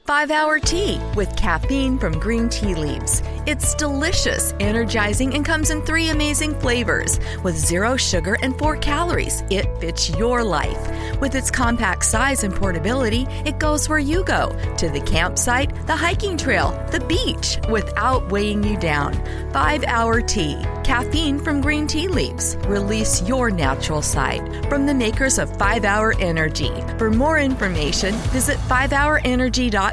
5-Hour Tea with caffeine from green tea leaves. It's delicious, energizing, and comes in 3 amazing flavors. With 0 sugar and 4 calories, it fits your life. With its compact size and portability, it goes where you go, to the campsite, the hiking trail, the beach, without weighing you down. 5-Hour Tea, caffeine from green tea leaves. Release your natural side. From the makers of 5-Hour Energy. For more information, visit 5hourenergy.com.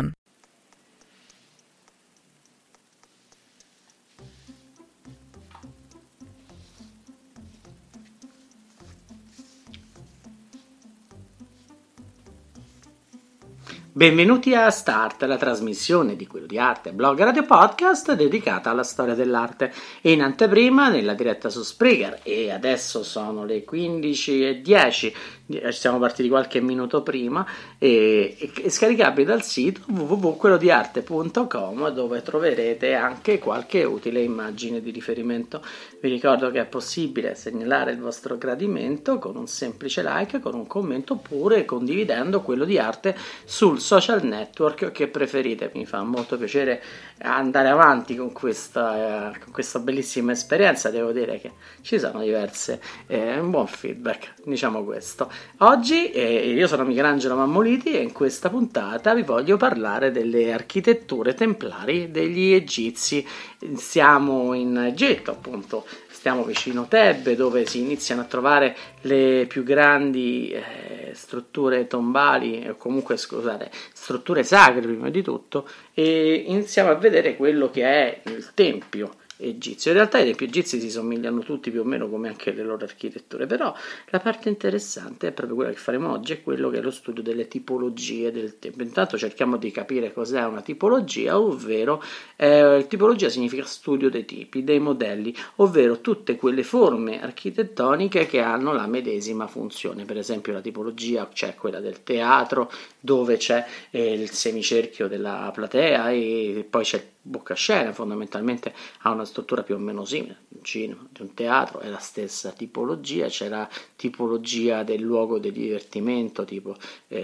Benvenuti a Start, la trasmissione di Quello di Arte, blog radio podcast dedicata alla storia dell'arte. In anteprima nella diretta su Spreaker, e adesso sono le 15:10, siamo partiti qualche minuto prima, e scaricabili dal sito www.quellodiarte.com, dove troverete anche qualche utile immagine di riferimento. Vi ricordo che è possibile segnalare il vostro gradimento con un semplice like, con un commento, oppure condividendo Quello di Arte sul social network che preferite. Mi fa molto piacere andare avanti con questa bellissima esperienza. Devo dire che ci sono diverse, un buon feedback, diciamo questo. Oggi io sono Michelangelo Mammoliti e in questa puntata vi voglio parlare delle architetture templari degli egizi. Siamo in Egitto, appunto, stiamo vicino Tebe, dove si iniziano a trovare le più grandi strutture tombali, o comunque, scusate, strutture sacre prima di tutto, e iniziamo a vedere quello che è il tempio egizio. In realtà i tempi egizi si somigliano tutti più o meno, come anche le loro architetture, però la parte interessante è proprio quella che faremo oggi, è quello che è lo studio delle tipologie del tempio. Intanto cerchiamo di capire cos'è una tipologia, ovvero tipologia significa studio dei tipi, dei modelli, ovvero tutte quelle forme architettoniche che hanno la medesima funzione. Per esempio la tipologia c'è quella del teatro, dove c'è il semicerchio della platea, e poi c'è il boccascena, fondamentalmente ha una struttura più o meno simile. Un cinema, di un teatro, è la stessa tipologia. C'è la tipologia del luogo di divertimento, tipo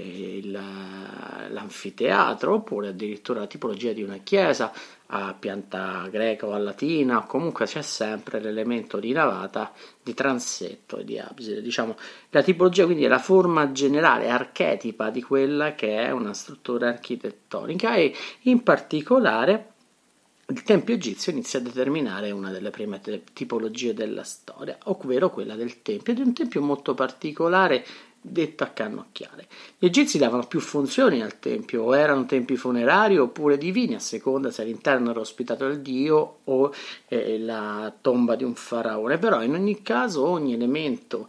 l'anfiteatro, oppure addirittura la tipologia di una chiesa a pianta greca o a latina, o comunque c'è sempre l'elemento di navata, di transetto e di abside. Diciamo, la tipologia quindi è la forma generale, archetipa di quella che è una struttura architettonica, e in particolare il tempio egizio inizia a determinare una delle prime tipologie della storia, ovvero quella del tempio, di un tempio molto particolare detto a cannocchiale. Gli egizi davano più funzioni al tempio, o erano tempi funerari oppure divini, a seconda se all'interno era ospitato il dio o la tomba di un faraone. Però in ogni caso ogni elemento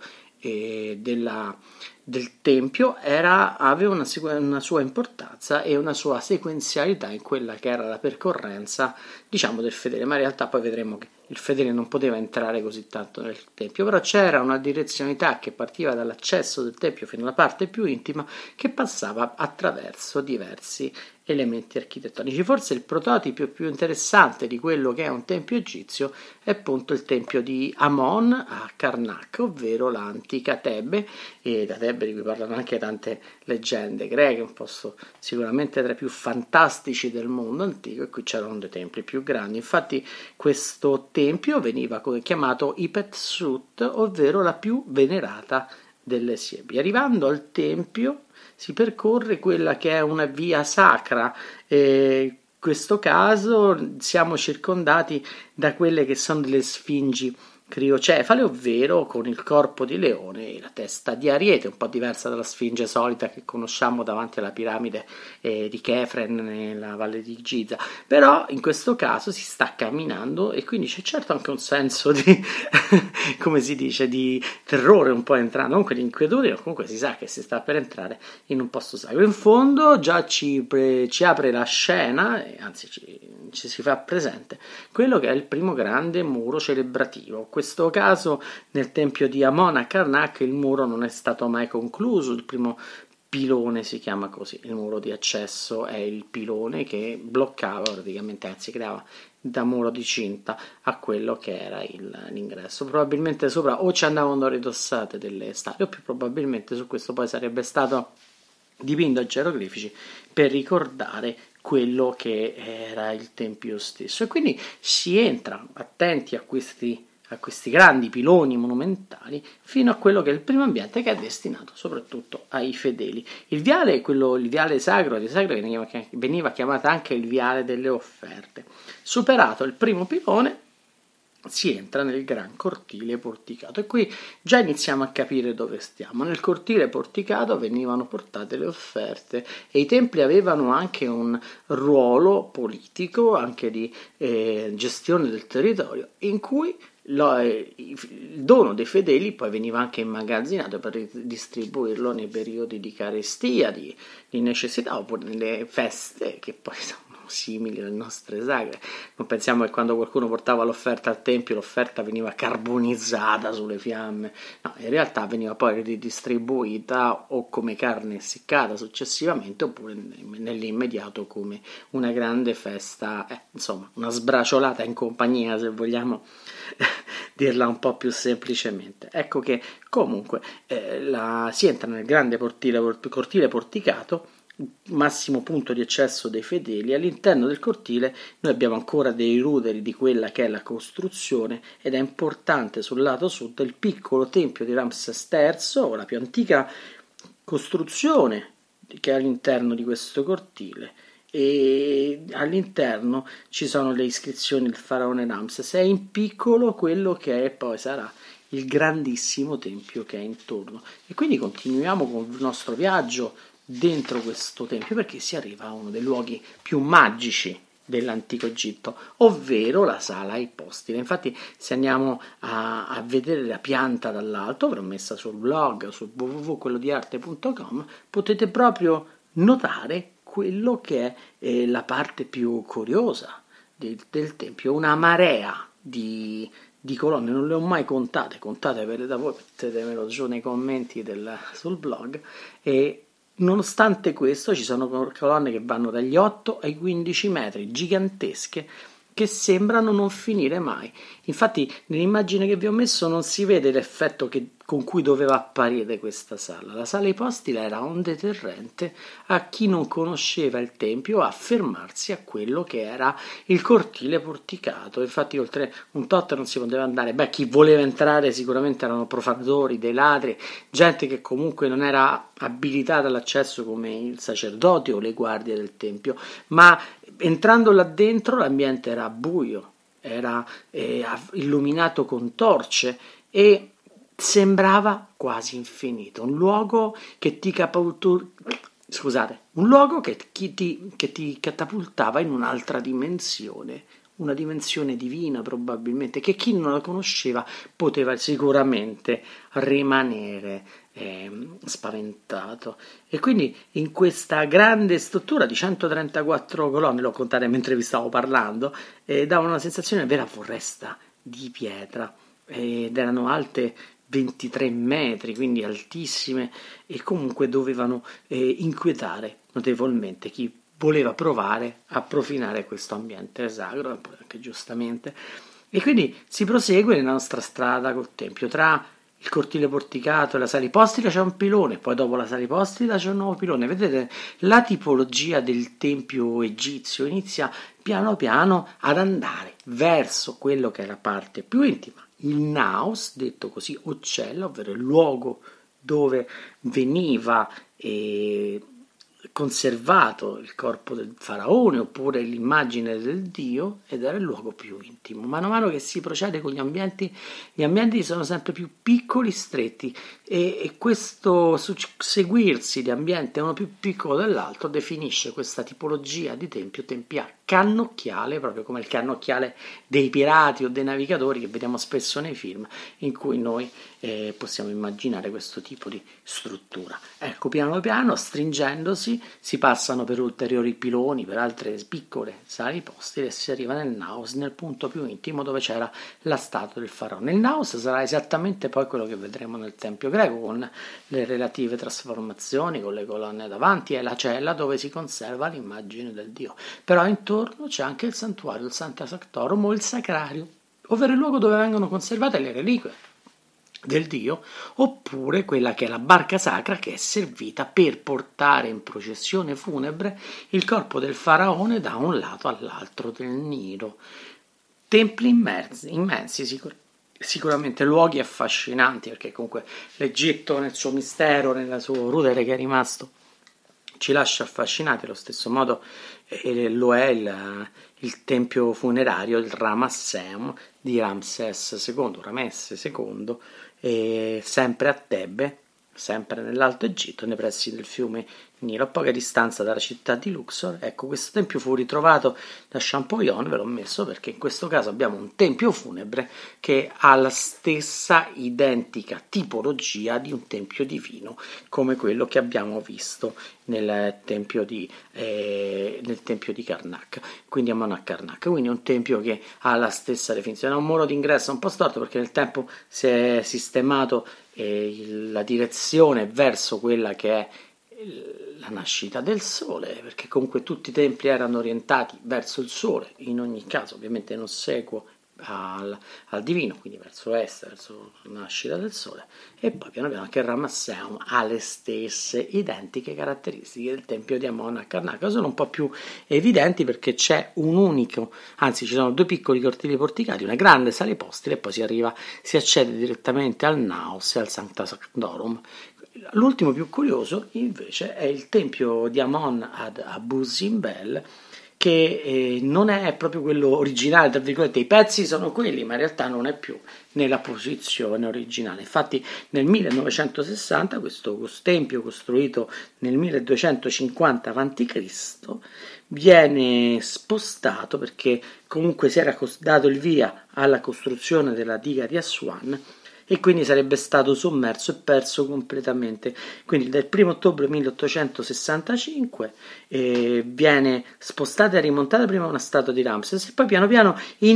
del tempio aveva una sua importanza e una sua sequenzialità in quella che era la percorrenza, diciamo, del fedele. Ma in realtà poi vedremo che il fedele non poteva entrare così tanto nel tempio, però c'era una direzionalità che partiva dall'accesso del tempio fino alla parte più intima, che passava attraverso diversi elementi architettonici. Forse il prototipo più interessante di quello che è un tempio egizio è appunto il tempio di Amon a Karnak, ovvero l'antica Tebe, e da Tebe di cui parlano anche tante leggende greche, un posto sicuramente tra i più fantastici del mondo antico, e qui c'erano dei templi più grandi. Infatti questo tempio veniva chiamato Ipet-Sut, ovvero la più venerata delle siepi. Arrivando al tempio si percorre quella che è una via sacra. In questo caso siamo circondati da quelle che sono delle sfingi criocefale, ovvero con il corpo di leone e la testa di ariete, un po' diversa dalla sfinge solita che conosciamo davanti alla piramide di Chefren nella valle di Giza. Però in questo caso si sta camminando, e quindi c'è certo anche un senso di come si dice, di terrore un po' entrando, comunque di inquietudine, o comunque si sa che si sta per entrare in un posto sacro. In fondo già ci apre la scena, anzi ci si fa presente quello che è il primo grande muro celebrativo. In questo caso nel tempio di Amon a Karnak il muro non è stato mai concluso. Il primo pilone si chiama così, il muro di accesso è il pilone che bloccava praticamente, anzi creava da muro di cinta a quello che era l'ingresso. Probabilmente sopra o ci andavano ridossate delle statue, o più probabilmente su questo poi sarebbe stato dipinto a geroglifici per ricordare quello che era il tempio stesso. E quindi si entra attenti a questi grandi piloni monumentali fino a quello che è il primo ambiente, che è destinato soprattutto ai fedeli. Il viale è il viale sacro che veniva chiamato anche il viale delle offerte. Superato il primo pilone si entra nel gran cortile porticato e qui già iniziamo a capire dove stiamo. Nel cortile porticato venivano portate le offerte e i templi avevano anche un ruolo politico, anche di gestione del territorio, in cui il dono dei fedeli poi veniva anche immagazzinato per distribuirlo nei periodi di carestia, di necessità, oppure nelle feste che poi sono simili alle nostre sagre. Non pensiamo che quando qualcuno portava l'offerta al tempio, l'offerta veniva carbonizzata sulle fiamme, no, in realtà veniva poi ridistribuita o come carne essiccata successivamente, oppure nell'immediato come una grande festa, insomma una sbraciolata in compagnia, se vogliamo dirla un po' più semplicemente. Ecco che comunque si entra nel grande cortile porticato, massimo punto di accesso dei fedeli. All'interno del cortile noi abbiamo ancora dei ruderi di quella che è la costruzione, ed è importante sul lato sud il piccolo tempio di Ramses III, la più antica costruzione che è all'interno di questo cortile, e all'interno ci sono le iscrizioni del faraone Ramses, e in piccolo quello che poi sarà il grandissimo tempio che è intorno. E quindi continuiamo con il nostro viaggio dentro questo tempio, perché si arriva a uno dei luoghi più magici dell'antico Egitto, ovvero la sala ipostile. Infatti, se andiamo a vedere la pianta dall'alto, avrò messa sul blog, su www.quellodiarte.com, potete proprio notare quello che è la parte più curiosa del tempio, una marea di colonne. Non le ho mai contatevele da voi, mettetemelo giù nei commenti sul blog. E nonostante questo ci sono colonne che vanno dagli 8 ai 15 metri, gigantesche, che sembrano non finire mai. Infatti nell'immagine che vi ho messo non si vede l'effetto con cui doveva apparire questa sala. La sala ipostile era un deterrente a chi non conosceva il tempio a fermarsi a quello che era il cortile porticato. Infatti oltre un tot non si poteva andare. Chi voleva entrare sicuramente erano profanatori, dei ladri, gente che comunque non era abilitata all'accesso come il sacerdote o le guardie del tempio, ma entrando là dentro l'ambiente era buio, era illuminato con torce e sembrava quasi infinito, un luogo che ti catapultava in un'altra dimensione, una dimensione divina probabilmente, che chi non la conosceva poteva sicuramente rimanere spaventato. E quindi in questa grande struttura di 134 colonne, l'ho contate mentre vi stavo parlando, dava una sensazione di vera foresta di pietra, ed erano alte 23 metri, quindi altissime, e comunque dovevano inquietare notevolmente chi voleva provare a profinare questo ambiente sacro, anche giustamente. E quindi si prosegue nella nostra strada col tempio. Tra il cortile porticato e la sala ipostila c'è un pilone, poi dopo la sala ipostila c'è un nuovo pilone. Vedete, la tipologia del tempio egizio inizia piano piano ad andare verso quello che è la parte più intima, il naos, detto così uccello, ovvero il luogo dove veniva conservato il corpo del faraone oppure l'immagine del dio, ed era il luogo più intimo. Mano a mano che si procede con gli ambienti sono sempre più piccoli, stretti, e questo seguirsi di ambiente uno più piccolo dell'altro definisce questa tipologia di tempio a cannocchiale, proprio come il cannocchiale dei pirati o dei navigatori che vediamo spesso nei film, in cui noi possiamo immaginare questo tipo di struttura. Ecco, piano piano, stringendosi, si passano per ulteriori piloni, per altre piccole sale ipostili, e si arriva nel naos, nel punto più intimo dove c'era la statua del faraone. Il naos sarà esattamente poi quello che vedremo nel tempio greco, con le relative trasformazioni, con le colonne davanti, e la cella dove si conserva l'immagine del dio. Però intorno c'è anche il santuario, il Sancta Sanctorum o il sacrario, ovvero il luogo dove vengono conservate le reliquie del dio, oppure quella che è la barca sacra, che è servita per portare in processione funebre il corpo del faraone da un lato all'altro del Nilo. Templi immensi sicuramente luoghi affascinanti, perché comunque l'Egitto nel suo mistero, nella sua rudere che è rimasto, ci lascia affascinati. Allo stesso modo lo è il tempio funerario, il Ramasseum di Ramsès II, sempre a Tebe, sempre nell'Alto Egitto, nei pressi del fiume Nilo, a poca distanza dalla città di Luxor. Ecco, questo tempio fu ritrovato da Champollion, ve l'ho messo perché in questo caso abbiamo un tempio funebre che ha la stessa identica tipologia di un tempio divino, come quello che abbiamo visto nel tempio di Karnak, quindi a Monach Karnak. Quindi è un tempio che ha la stessa definizione, ha un muro d'ingresso un po' storto perché nel tempo si è sistemato la direzione verso quella che è la nascita del sole, perché comunque tutti i templi erano orientati verso il sole, in ogni caso ovviamente in ossequio al divino, quindi verso est, verso la nascita del sole. E poi piano piano anche il Ramasseum ha le stesse identiche caratteristiche del tempio di Amon a Karnak, sono un po' più evidenti perché c'è un unico, anzi ci sono due piccoli cortili porticati, una grande sala ipostile e poi si accede direttamente al Naos e al Sancta Sanctorum. L'ultimo più curioso invece è il tempio di Amon ad Abu Simbel, che non è proprio quello originale, tra virgolette. I pezzi sono quelli, ma in realtà non è più nella posizione originale. Infatti nel 1960 questo tempio, costruito nel 1250 a.C., viene spostato perché comunque si era dato il via alla costruzione della diga di Aswan, e quindi sarebbe stato sommerso e perso completamente. Quindi dal 1 ottobre 1865 viene spostata e rimontata prima una statua di Ramses e poi piano piano in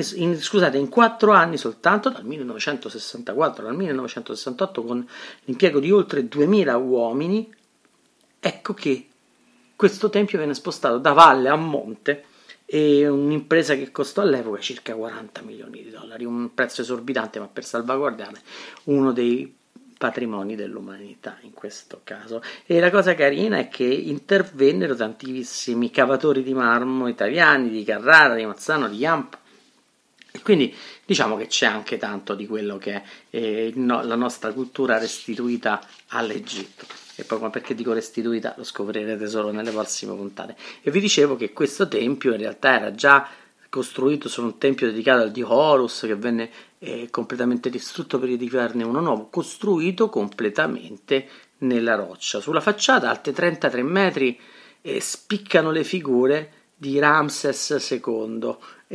4 anni soltanto, dal 1964 al 1968, con l'impiego di oltre 2000 uomini, ecco che questo tempio viene spostato da valle a monte, e un'impresa che costò all'epoca circa 40 milioni di dollari, un prezzo esorbitante, ma per salvaguardare uno dei patrimoni dell'umanità in questo caso. E la cosa carina è che intervennero tantissimi cavatori di marmo italiani, di Carrara, di Mazzano, di Iampa, e quindi diciamo che c'è anche tanto di quello che è la nostra cultura restituita all'Egitto. E poi, ma perché dico restituita, lo scoprirete solo nelle prossime puntate. E vi dicevo che questo tempio in realtà era già costruito su un tempio dedicato al dio Horus, che venne completamente distrutto per edificarne uno nuovo, costruito completamente nella roccia. Sulla facciata, alte 33 metri, spiccano le figure di Ramses II.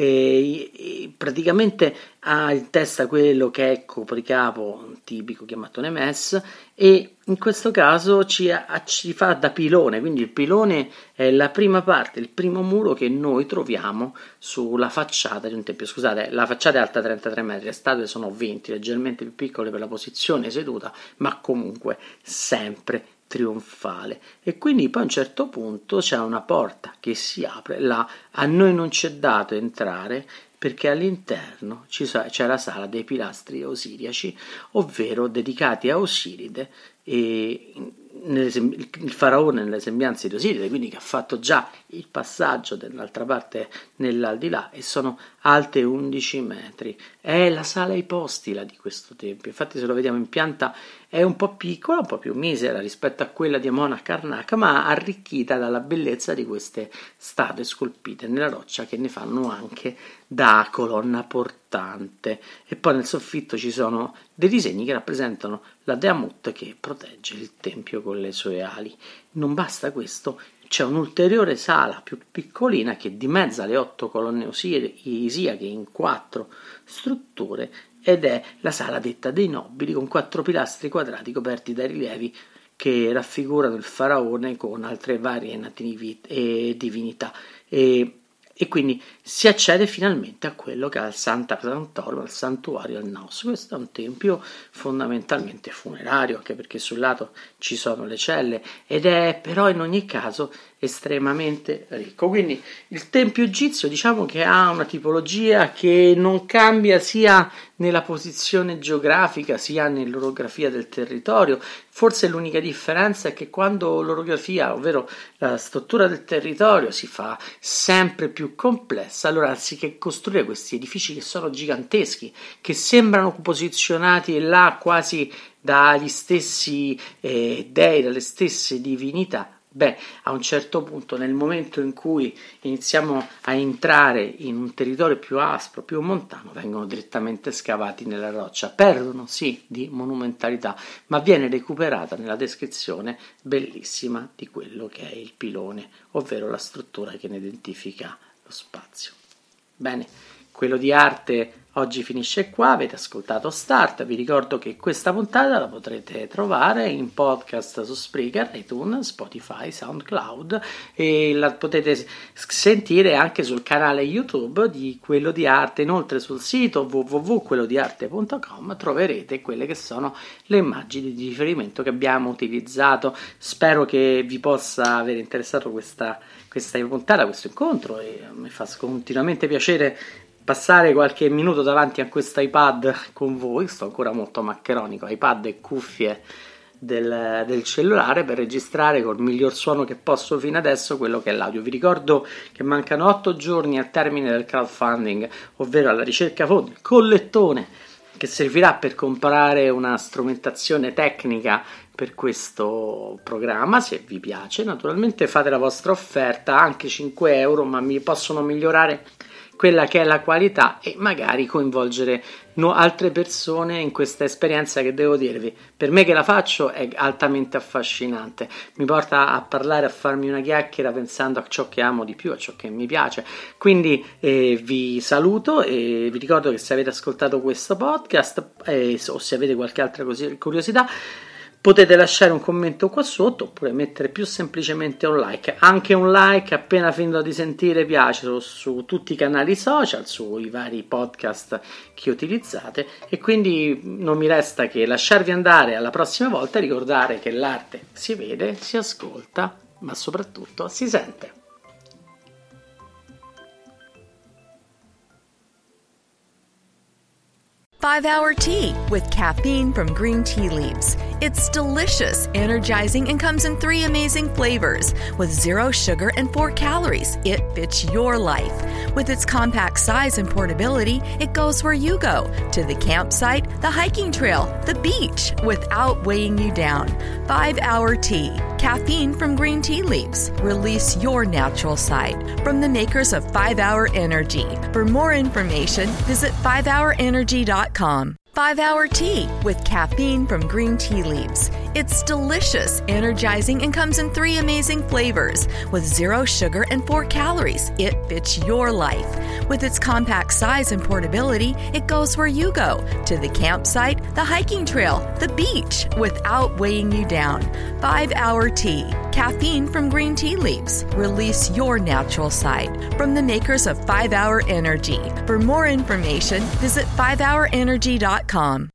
Praticamente ha in testa quello che è copricapo tipico chiamato Nemes, e in questo caso ci fa da pilone, quindi il pilone è la prima parte, il primo muro che noi troviamo sulla facciata di un tempio. Scusate, la facciata è alta 33 metri, le statue sono 20, leggermente più piccole per la posizione seduta, ma comunque sempre trionfale. E quindi poi a un certo punto c'è una porta che si apre, là a noi non ci è dato entrare perché all'interno c'è la sala dei pilastri osiriaci, ovvero dedicati a Osiride, e il faraone nelle sembianze di Osiride, quindi che ha fatto già il passaggio dall'altra parte nell'aldilà, e sono alte 11 metri. È la sala ipostila di questo tempio, infatti se lo vediamo in pianta è un po' piccola, un po' più misera rispetto a quella di Amon a Karnak, ma arricchita dalla bellezza di queste statue scolpite nella roccia che ne fanno anche da colonna portante. E poi nel soffitto ci sono dei disegni che rappresentano la Dea Mut che protegge il tempio con le sue ali. Non basta questo, c'è un'ulteriore sala più piccolina che dimezza le 8 colonne isiache in 4 strutture, ed è la sala detta dei nobili, con 4 pilastri quadrati coperti dai rilievi che raffigurano il faraone con altre varie divinità. E quindi si accede finalmente a quello che è il Sancta Sanctorum, il santuario al Naos. Questo è un tempio fondamentalmente funerario, anche perché sul lato ci sono le celle, ed è però in ogni caso estremamente ricco. Quindi il tempio egizio diciamo che ha una tipologia che non cambia sia nella posizione geografica sia nell'orografia del territorio. Forse l'unica differenza è che quando l'orografia, ovvero la struttura del territorio, si fa sempre più complessa, allora anziché costruire questi edifici che sono giganteschi, che sembrano posizionati là quasi dagli stessi dei, dalle stesse divinità, a un certo punto, nel momento in cui iniziamo a entrare in un territorio più aspro, più montano, vengono direttamente scavati nella roccia, perdono sì di monumentalità, ma viene recuperata nella descrizione bellissima di quello che è il pilone, ovvero la struttura che ne identifica lo spazio. Bene, quello di arte oggi finisce qua, avete ascoltato Start, vi ricordo che questa puntata la potrete trovare in podcast su Spreaker, iTunes, Spotify, SoundCloud e la potete sentire anche sul canale YouTube di Quello di Arte. Inoltre sul sito www.quellodiarte.com troverete quelle che sono le immagini di riferimento che abbiamo utilizzato. Spero che vi possa aver interessato questa puntata, questo incontro, e mi fa continuamente piacere passare qualche minuto davanti a questo iPad con voi. Sto ancora molto maccheronico, iPad e cuffie del cellulare, per registrare col miglior suono che posso fino adesso quello che è l'audio. Vi ricordo che mancano 8 giorni al termine del crowdfunding, ovvero alla ricerca fondi, collettone che servirà per comprare una strumentazione tecnica per questo programma. Se vi piace, naturalmente fate la vostra offerta, anche 5 euro, ma mi possono migliorare quella che è la qualità e magari coinvolgere altre persone in questa esperienza che, devo dirvi, per me che la faccio è altamente affascinante, mi porta a parlare, a farmi una chiacchiera pensando a ciò che amo di più, a ciò che mi piace. Quindi vi saluto e vi ricordo che se avete ascoltato questo podcast o se avete qualche altra curiosità, potete lasciare un commento qua sotto oppure mettere più semplicemente un like. Anche un like appena finito di sentire piace su tutti i canali social, sui vari podcast che utilizzate, e quindi non mi resta che lasciarvi andare alla prossima volta e ricordare che l'arte si vede, si ascolta, ma soprattutto si sente. 5-Hour Tea with caffeine from green tea leaves. It's delicious, energizing, and comes in 3 amazing flavors. With 0 sugar and 4 calories, it fits your life. With its compact size and portability, it goes where you go, to the campsite, the hiking trail, the beach, without weighing you down. 5-Hour Tea, caffeine from green tea leaves. Release your natural side. From the makers of 5-Hour Energy. For more information, visit 5hourenergy.com. 5-Hour Tea with caffeine from green tea leaves. It's delicious, energizing, and comes in 3 amazing flavors. With 0 sugar and 4 calories, it fits your life. With its compact size and portability, it goes where you go, to the campsite, the hiking trail, the beach, without weighing you down. 5-Hour Tea, caffeine from green tea leaves. Release your natural side. From the makers of 5-Hour Energy. For more information, visit 5hourenergy.com.